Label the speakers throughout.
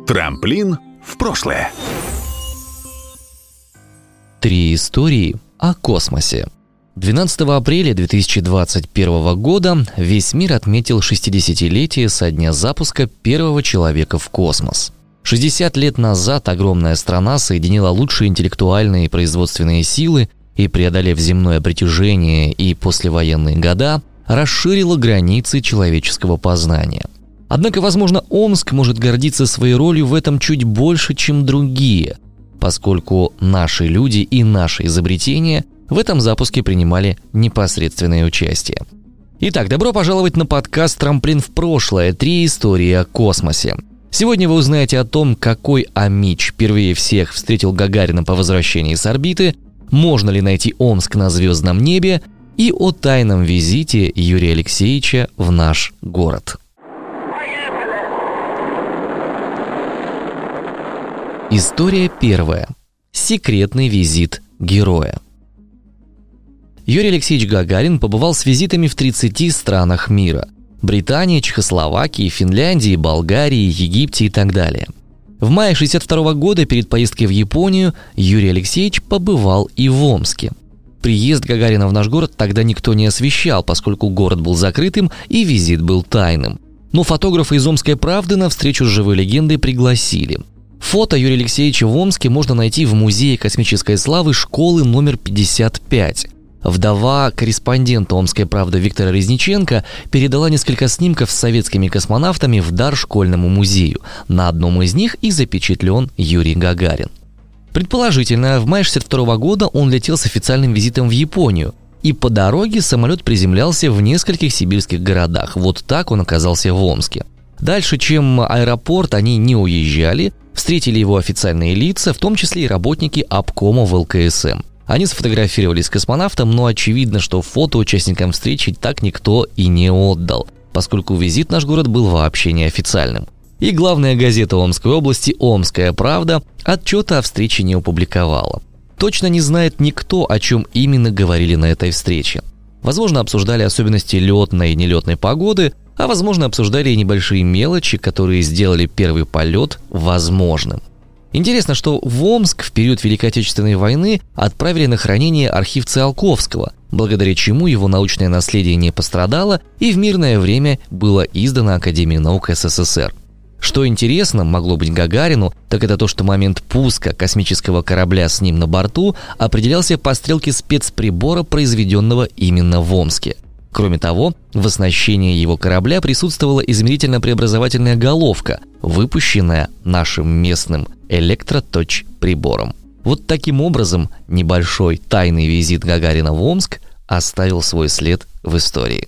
Speaker 1: Трамплин в прошлое.
Speaker 2: 3 истории о космосе. 12 апреля 2021 года весь мир отметил 60-летие со дня запуска первого человека в космос. 60 лет назад огромная страна соединила лучшие интеллектуальные и производственные силы и, преодолев земное притяжение и послевоенные года, расширила границы человеческого познания. Однако, возможно, Омск может гордиться своей ролью в этом чуть больше, чем другие, поскольку наши люди и наши изобретения в этом запуске принимали непосредственное участие. Итак, добро пожаловать на подкаст «Трамплин в прошлое. 3 истории о космосе». Сегодня вы узнаете о том, какой Амич впервые всех встретил Гагарина по возвращении с орбиты, можно ли найти Омск на звездном небе, и о тайном визите Юрия Алексеевича в наш город. История первая. Секретный визит героя. Юрий Алексеевич Гагарин побывал с визитами в 30 странах мира – Британии, Чехословакии, Финляндии, Болгарии, Египте и так далее. В мае 1962 года перед поездкой в Японию Юрий Алексеевич побывал и в Омске. Приезд Гагарина в наш город тогда никто не освещал, поскольку город был закрытым и визит был тайным. Но фотографа из «Омской правды» на встречу с живой легендой пригласили. Фото Юрия Алексеевича в Омске можно найти в Музее космической славы школы номер 55. Вдова корреспондента «Омской правды» Виктора Резниченко передала несколько снимков с советскими космонавтами в дар школьному музею. На одном из них и запечатлен Юрий Гагарин. Предположительно, в мае 1962 года он летел с официальным визитом в Японию, и по дороге самолет приземлялся в нескольких сибирских городах. Вот так он оказался в Омске. Дальше, чем аэропорт, они не уезжали, встретили его официальные лица, в том числе и работники обкома в ЛКСМ. Они сфотографировались с космонавтом, но очевидно, что фото участникам встречи так никто и не отдал, поскольку визит в наш город был вообще неофициальным. И главная газета Омской области «Омская правда» отчета о встрече не опубликовала. Точно не знает никто, о чем именно говорили на этой встрече. Возможно, обсуждали особенности летной и нелетной погоды, а возможно, обсуждали и небольшие мелочи, которые сделали первый полет возможным. Интересно, что в Омск в период Великой Отечественной войны отправили на хранение архив Циолковского, благодаря чему его научное наследие не пострадало и в мирное время было издано Академией наук СССР. Что интересно могло быть Гагарину, так это то, что момент пуска космического корабля с ним на борту определялся по стрелке спецприбора, произведенного именно в Омске. Кроме того, в оснащении его корабля присутствовала измерительно-преобразовательная головка, выпущенная нашим местным электроточ-прибором. Вот таким образом небольшой тайный визит Гагарина в Омск оставил свой след в истории.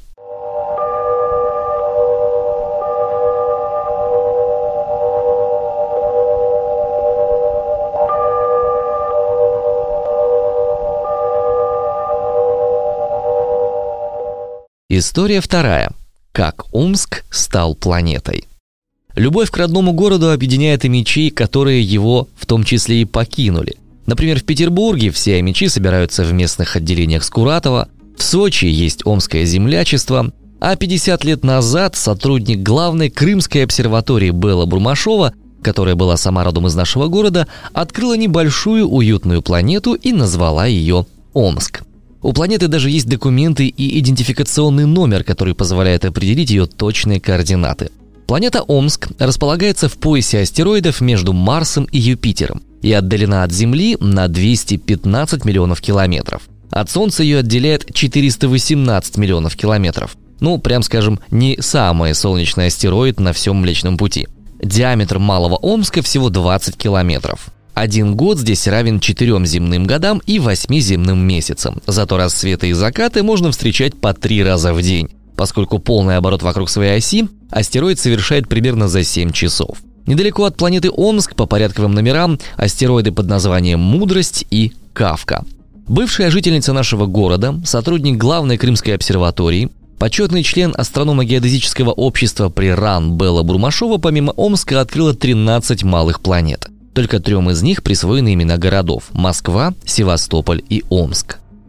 Speaker 2: История вторая. Как Омск стал планетой. Любовь к родному городу объединяет амичей, которые его в том числе и покинули. Например, в Петербурге все амичи собираются в местных отделениях Скуратова, в Сочи есть омское землячество, а 50 лет назад сотрудник главной Крымской обсерватории Белла Бурмашова, которая была сама родом из нашего города, открыла небольшую уютную планету и назвала ее Омск. У планеты даже есть документы и идентификационный номер, который позволяет определить ее точные координаты. Планета Омск располагается в поясе астероидов между Марсом и Юпитером и отдалена от Земли на 215 миллионов километров. От Солнца ее отделяет 418 миллионов километров. Прям скажем, не самый солнечный астероид на всем Млечном Пути. Диаметр Малого Омска всего 20 километров. 1 год здесь равен 4 земным годам и 8 земным месяцам. Зато рассветы и закаты можно встречать по 3 раза в день, поскольку полный оборот вокруг своей оси астероид совершает примерно за 7 часов. Недалеко от планеты Омск по порядковым номерам астероиды под названием «Мудрость» и «Кавка». Бывшая жительница нашего города, сотрудник главной Крымской обсерватории, почетный член астрономо-геодезического общества при РАН Белла Бурмашова помимо Омска открыла 13 малых планет. Только 3 из них присвоены имена городов – Москва, Севастополь и Омск.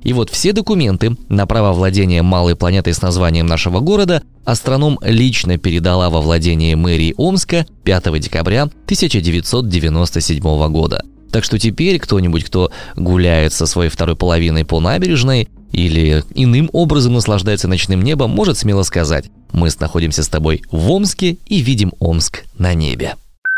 Speaker 2: И вот все документы на право владения малой планетой с названием нашего города астроном лично передала во владение мэрии Омска 5 декабря 1997 года. Так что теперь кто-нибудь, кто гуляет со своей второй половиной по набережной или иным образом наслаждается ночным небом, может смело сказать: мы находимся с тобой в Омске и видим Омск на небе.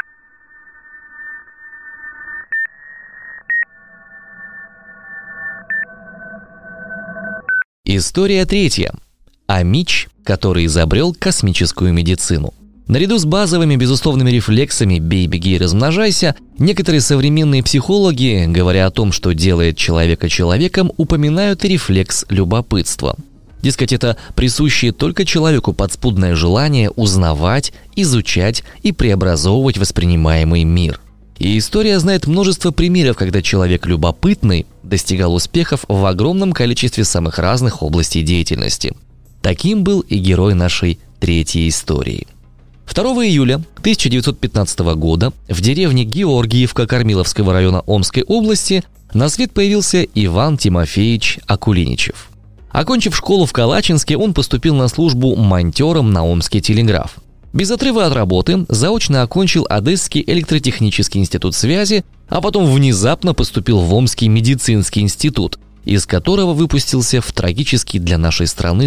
Speaker 2: История третья. Амич, который изобрел космическую медицину. Наряду с базовыми безусловными рефлексами «бей, беги и размножайся», некоторые современные психологи, говоря о том, что делает человека человеком, упоминают и рефлекс любопытства. Дескать, это присущее только человеку подспудное желание узнавать, изучать и преобразовывать воспринимаемый мир. И история знает множество примеров, когда человек любопытный достигал успехов в огромном количестве самых разных областей деятельности. Таким был и герой нашей третьей истории. 2 июля 1915 года в деревне Георгиевка Кормиловского района Омской области на свет появился Иван Тимофеевич Акулиничев. Окончив школу в Калачинске, он поступил на службу монтёром на Омский телеграф. Без отрыва от работы заочно окончил Одесский электротехнический институт связи, а потом внезапно поступил в Омский медицинский институт, из которого выпустился в трагический для нашей страны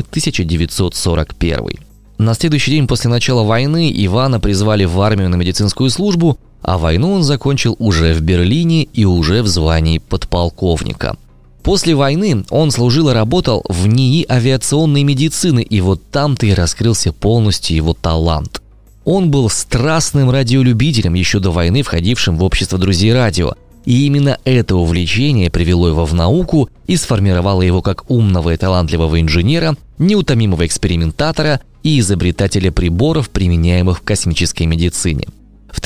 Speaker 2: 1941. На следующий день после начала войны Ивана призвали в армию на медицинскую службу, а войну он закончил уже в Берлине и уже в звании подполковника. После войны он служил и работал в НИИ авиационной медицины, и вот там-то и раскрылся полностью его талант. Он был страстным радиолюбителем, еще до войны входившим в общество друзей радио. И именно это увлечение привело его в науку и сформировало его как умного и талантливого инженера, неутомимого экспериментатора и изобретателя приборов, применяемых в космической медицине. В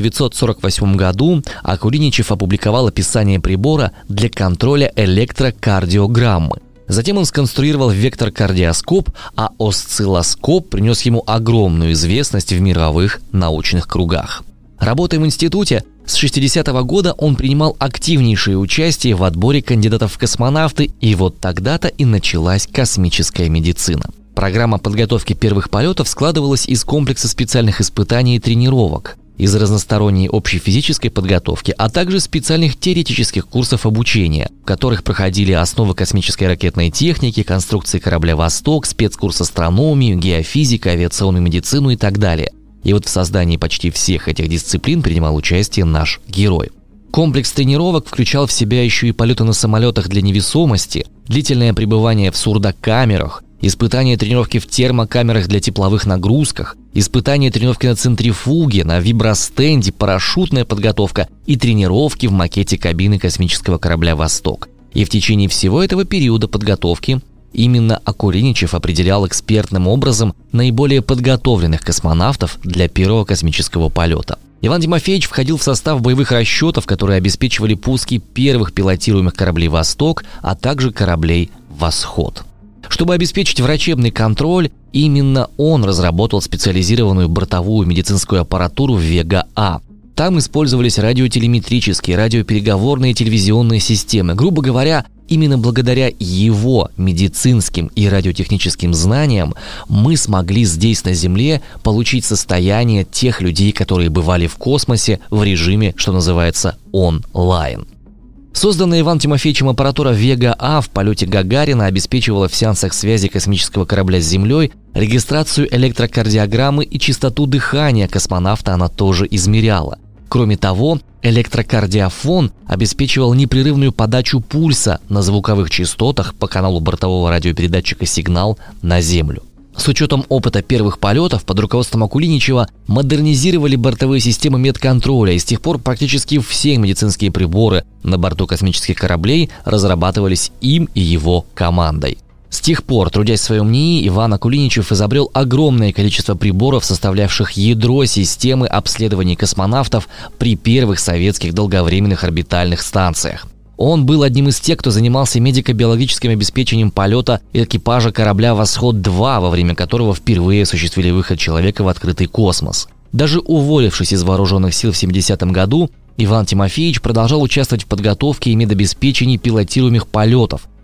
Speaker 2: 1948 году Акулиничев опубликовал описание прибора для контроля электрокардиограммы. Затем он сконструировал вектор-кардиоскоп, а осциллоскоп принес ему огромную известность в мировых научных кругах. Работая в институте, с 60-го года он принимал активнейшее участие в отборе кандидатов в космонавты, и вот тогда-то и началась космическая медицина. Программа подготовки первых полетов складывалась из комплекса специальных испытаний и тренировок, из разносторонней общей физической подготовки, а также специальных теоретических курсов обучения, в которых проходили основы космической ракетной техники, конструкции корабля «Восток», спецкурс астрономию, геофизика, авиационную медицину и так далее. И вот в создании почти всех этих дисциплин принимал участие наш герой. Комплекс тренировок включал в себя еще и полеты на самолетах для невесомости, длительное пребывание в сурдокамерах, испытания тренировки в термокамерах для тепловых нагрузках, испытания тренировки на центрифуге, на вибростенде, парашютная подготовка и тренировки в макете кабины космического корабля «Восток». И в течение всего этого периода подготовки именно Акулиничев определял экспертным образом наиболее подготовленных космонавтов для первого космического полета. Иван Тимофеевич входил в состав боевых расчетов, которые обеспечивали пуски первых пилотируемых кораблей «Восток», а также кораблей «Восход». Чтобы обеспечить врачебный контроль, именно он разработал специализированную бортовую медицинскую аппаратуру «Вега-А». Там использовались радиотелеметрические, радиопереговорные телевизионные системы. Грубо говоря, именно благодаря его медицинским и радиотехническим знаниям мы смогли здесь, на Земле, получить состояние тех людей, которые бывали в космосе в режиме, что называется, онлайн. Созданная Иваном Тимофеевичем аппаратура «Вега-А» в полете Гагарина обеспечивала в сеансах связи космического корабля с Землей регистрацию электрокардиограммы и частоту дыхания космонавта она тоже измеряла. Кроме того, электрокардиофон обеспечивал непрерывную подачу пульса на звуковых частотах по каналу бортового радиопередатчика «Сигнал» на Землю. С учетом опыта первых полетов под руководством Акулиничева модернизировали бортовые системы медконтроля, и с тех пор практически все медицинские приборы на борту космических кораблей разрабатывались им и его командой. С тех пор, трудясь в своем НИИ, Иван Акулиничев изобрел огромное количество приборов, составлявших ядро системы обследования космонавтов при первых советских долговременных орбитальных станциях. Он был одним из тех, кто занимался медико-биологическим обеспечением полета экипажа корабля «Восход-2», во время которого впервые осуществили выход человека в открытый космос. Даже уволившись из вооруженных сил в 70-м году, Иван Тимофеевич продолжал участвовать в подготовке и медобеспечении пилотируемых полетов,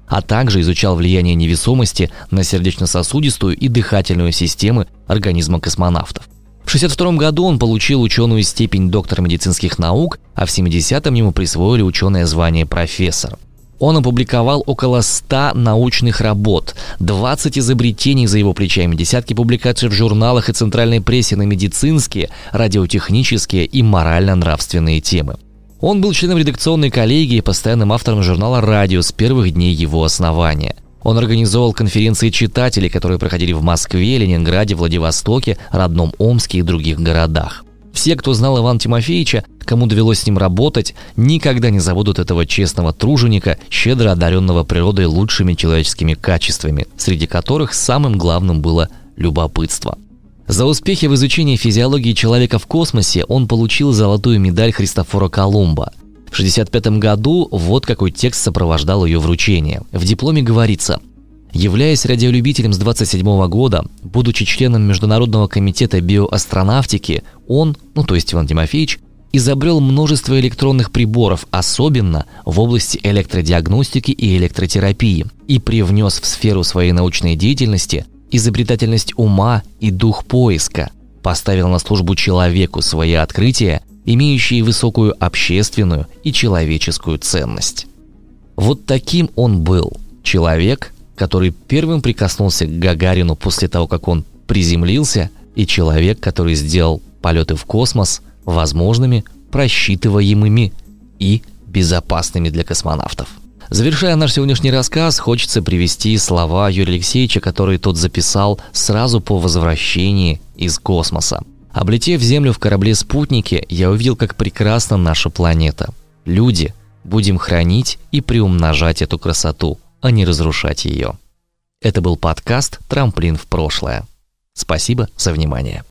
Speaker 2: а также изучал влияние невесомости на сердечно-сосудистую и дыхательную системы организма космонавтов. В 1962 году он получил ученую степень доктора медицинских наук, а в 1970-м ему присвоили ученое звание профессор. Он опубликовал около 100 научных работ, 20 изобретений за его плечами, десятки публикаций в журналах и центральной прессе на медицинские, радиотехнические и морально-нравственные темы. Он был членом редакционной коллегии и постоянным автором журнала «Радио» с первых дней его основания. Он организовал конференции читателей, которые проходили в Москве, Ленинграде, Владивостоке, родном Омске и других городах. Все, кто знал Ивана Тимофеевича, кому довелось с ним работать, никогда не забудут этого честного труженика, щедро одаренного природой лучшими человеческими качествами, среди которых самым главным было любопытство. За успехи в изучении физиологии человека в космосе он получил золотую медаль Христофора Колумба. В 1965 году вот какой текст сопровождал ее вручение. В дипломе говорится: «Являясь радиолюбителем с 1927 года, будучи членом Международного комитета биоастронавтики, он, то есть Иван Тимофеевич, изобрел множество электронных приборов, особенно в области электродиагностики и электротерапии, и привнес в сферу своей научной деятельности изобретательность ума и дух поиска, поставил на службу человеку свои открытия, имеющие высокую общественную и человеческую ценность». Вот таким он был. Человек, который первым прикоснулся к Гагарину после того, как он приземлился, и человек, который сделал полеты в космос возможными, просчитываемыми и безопасными для космонавтов. Завершая наш сегодняшний рассказ, хочется привести слова Юрия Алексеевича, которые тот записал сразу по возвращении из космоса. «Облетев Землю в корабле-спутнике, я увидел, как прекрасна наша планета. Люди, будем хранить и приумножать эту красоту, а не разрушать ее». Это был подкаст «Трамплин в прошлое». Спасибо за внимание.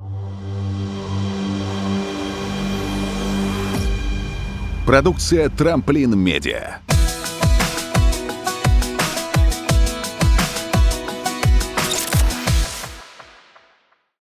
Speaker 1: Продукция «Трамплин Медиа».